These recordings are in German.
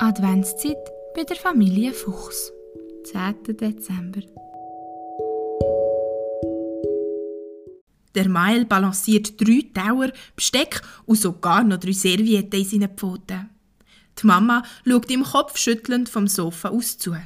Adventszeit bei der Familie Fuchs. 10. Dezember. Der Mael balanciert 3 Teller, Besteck und sogar noch 3 Servietten in seinen Pfoten. Die Mama schaut ihm kopfschüttelnd vom Sofa aus zu.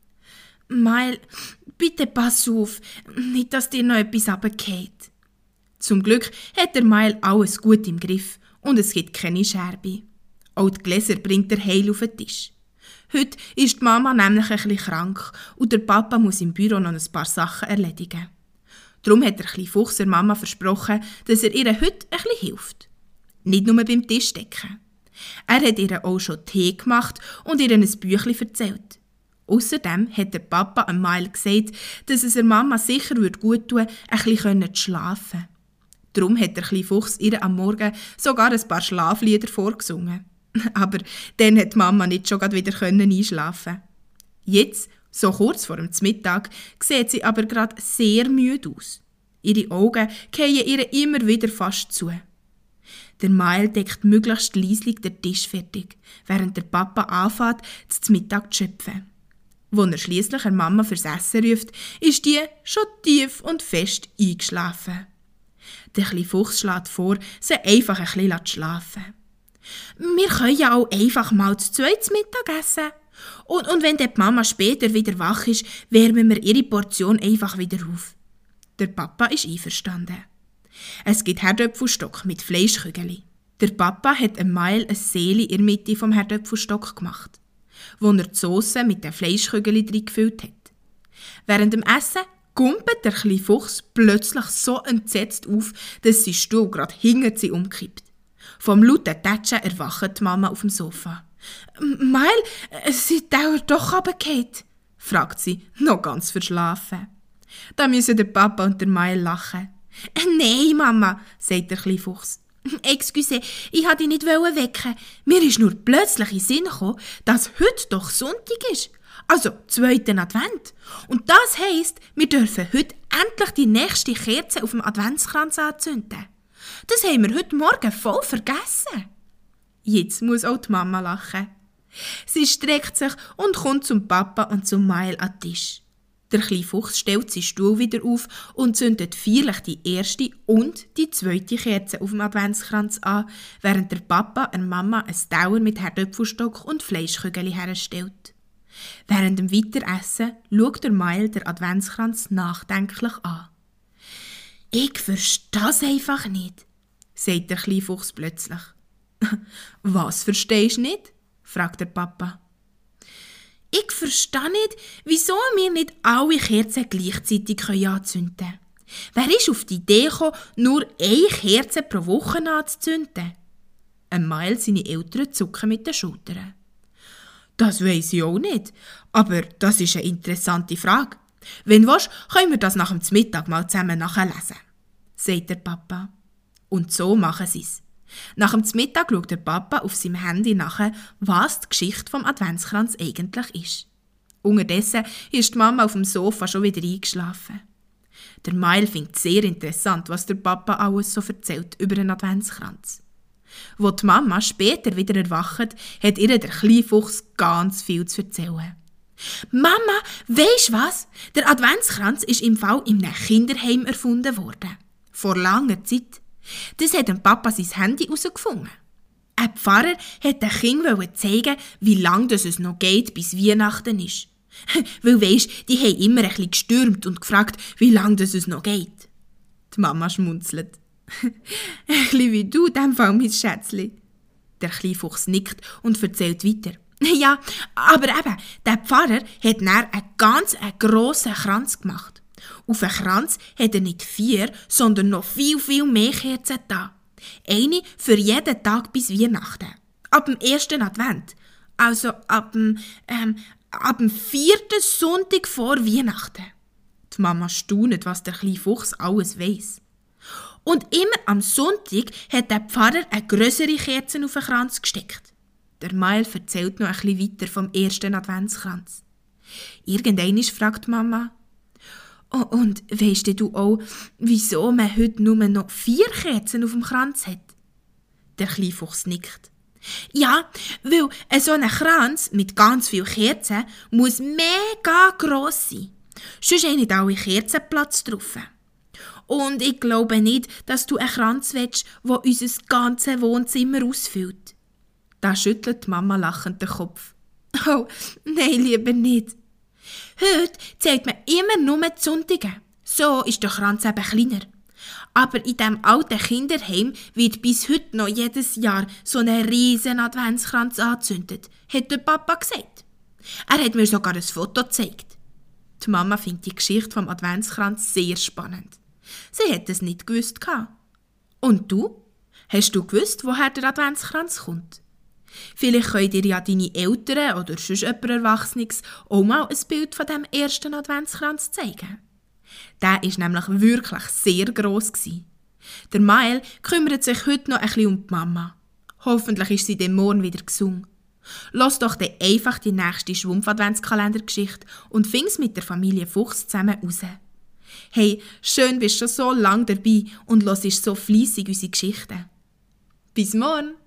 «Mael, bitte pass auf, nicht, dass dir noch etwas runterfällt.» Zum Glück hat der Mael alles gut im Griff und es gibt keine Scherbe. Auch die Gläser bringt er heil auf den Tisch. Heute ist die Mama nämlich ein bisschen krank und der Papa muss im Büro noch ein paar Sachen erledigen. Darum hat der kleine Fuchs der Mama versprochen, dass er ihr heute ein bisschen hilft. Nicht nur beim Tischdecken. Er hat ihr auch schon Tee gemacht und ihr ein Büchlein erzählt. Außerdem hat der Papa am Mael gesagt, dass es der Mama sicher gut tun würde, ein bisschen zu schlafen. Darum hat der kleine Fuchs ihr am Morgen sogar ein paar Schlaflieder vorgesungen. Aber dann hat die Mama nicht schon wieder einschlafen. Jetzt, so kurz vor dem Mittag, sieht sie aber gerade sehr müde aus. Ihre Augen fallen ihr immer wieder fast zu. Der Mael deckt möglichst leislich den Tisch fertig, während der Papa anfängt, zu Mittag zu schöpfen. Als er schliesslich der Mama fürs Essen ruft, ist die schon tief und fest eingeschlafen. Der kleine Fuchs schlägt vor, sie einfach ein bisschen zu schlafen. «Wir können ja auch einfach mal zu zweit zu Mittag essen. Und wenn die Mama später wieder wach ist, wärmen wir ihre Portion einfach wieder auf.» Der Papa ist einverstanden. Es gibt Herdöpfelstock mit Fleischkügeli. Der Papa hat dem Mael ein Seeli in der Mitte vom Herdöpfelstock gemacht, wo er die Sauce mit den Fleischkügeli reingefüllt hat. Während dem Essen gumpelt der kleine Fuchs plötzlich so entsetzt auf, dass sein Stuhl gerade hinter sie umkippt. Vom lauten Tätschen erwacht die Mama auf dem Sofa. «Mael, sie dauert doch runtergefallen?» fragt sie, noch ganz verschlafen. Da müssen der Papa und der Mael lachen. «Nein, Mama», sagt der kleine Fuchs. «Excuse, ich wollte dich nicht wecken. Mir ist nur plötzlich in den Sinn gekommen, dass heute doch Sonntag ist. Also 2. Advent. Und das heisst, wir dürfen heute endlich die nächste Kerze auf dem Adventskranz anzünden. Das haben wir heute Morgen voll vergessen.» Jetzt muss auch die Mama lachen. Sie streckt sich und kommt zum Papa und zum Mael an den Tisch. Der kleine Fuchs stellt seinen Stuhl wieder auf und zündet feierlich die erste und die zweite Kerze auf dem Adventskranz an, während der Papa der Mama ein Teller mit Herdöpfelstock und Fleischkügeli herstellt. Während dem Weiteressen schaut der Mael den Adventskranz nachdenklich an. «Ich verstehe es einfach nicht», sagt der kleine Fuchs plötzlich. «Was verstehst du nicht?» fragt der Papa. «Ich verstehe nicht, wieso wir nicht alle Kerzen gleichzeitig anzünden können. Wer ist auf die Idee gekommen, nur eine Kerze pro Woche anzuzünden?» Mael seine Eltern zucken mit den Schultern. «Das weiss ich auch nicht, aber das ist eine interessante Frage. Wenn du willst, können wir das nach dem Mittag mal zusammen nachlesen», sagt der Papa. Und so machen sie es. Nach dem Mittag schaut der Papa auf seinem Handy nach, was die Geschichte vom Adventskranz eigentlich ist. Unterdessen ist die Mama auf dem Sofa schon wieder eingeschlafen. Der Mael findet es sehr interessant, was der Papa alles so erzählt über den Adventskranz. Wo die Mama später wieder erwacht, hat ihr der kleine Fuchs ganz viel zu erzählen. «Mama, weisst was? Der Adventskranz ist im Fall in einem Kinderheim erfunden worden. Vor langer Zeit. Das hat dem Papa sein Handy herausgefunden. Ein Pfarrer hat den Kindern zeigen, wie lange es noch geht, bis Weihnachten ist. Weil weisst, die haben immer ein bisschen gestürmt und gefragt, wie lange es noch geht.» Die Mama schmunzelt. «Ein bisschen wie du, in dem Fall, mein Schätzli.» Der kleine Fuchs nickt und erzählt weiter. «Ja, aber eben, der Pfarrer hat dann einen ganz grossen Kranz gemacht. Auf den Kranz hat er nicht 4, sondern noch viel, viel mehr Kerzen da. Eine für jeden Tag bis Weihnachten. Ab dem 1. Advent. Also ab dem 4. Sonntag vor Weihnachten.» Die Mama staunt, was der kleine Fuchs alles weiss. «Und immer am Sonntag hat der Pfarrer eine grössere Kerze auf den Kranz gesteckt.» Der Mael erzählt noch ein bisschen weiter vom 1. Adventskranz. Irgendwann fragt die Mama: «Und weisst du auch, wieso man heute nur noch 4 Kerzen auf dem Kranz hat?» Der kleine Fuchs nickt. Ja, weil so ein Kranz mit ganz vielen Kerzen muss mega gross sein. Sonst haben nicht alle Kerzen Platz drauf. Und ich glaube nicht, dass du einen Kranz willst, der unser ganzes Wohnzimmer ausfüllt. Da schüttelt die Mama lachend den Kopf. Oh, nein, lieber nicht. Heute zählt man immer nur die Sonntage. So ist der Kranz eben kleiner. Aber in diesem alten Kinderheim wird bis heute noch jedes Jahr so einen riesen Adventskranz angezündet, hat der Papa gesagt. Er hat mir sogar ein Foto gezeigt. Die Mama findet die Geschichte vom Adventskranz sehr spannend. Sie hat es nicht gewusst. Und du? Hast du gewusst, woher der Adventskranz kommt? Vielleicht können dir ja deine Eltern oder sonst jemand Erwachsenes auch mal ein Bild von dem ersten Adventskranz zeigen. Der war nämlich wirklich sehr gross. Der Mael kümmert sich heute noch ein bisschen um die Mama. Hoffentlich ist sie dann morgen wieder gesund. Lass doch dann einfach die nächste Schwumpf-Adventskalender-Geschichte und fing's mit der Familie Fuchs zusammen raus. Hey, schön bist du schon so lange dabei und hörst so fleissig unsere Geschichten. Bis morgen!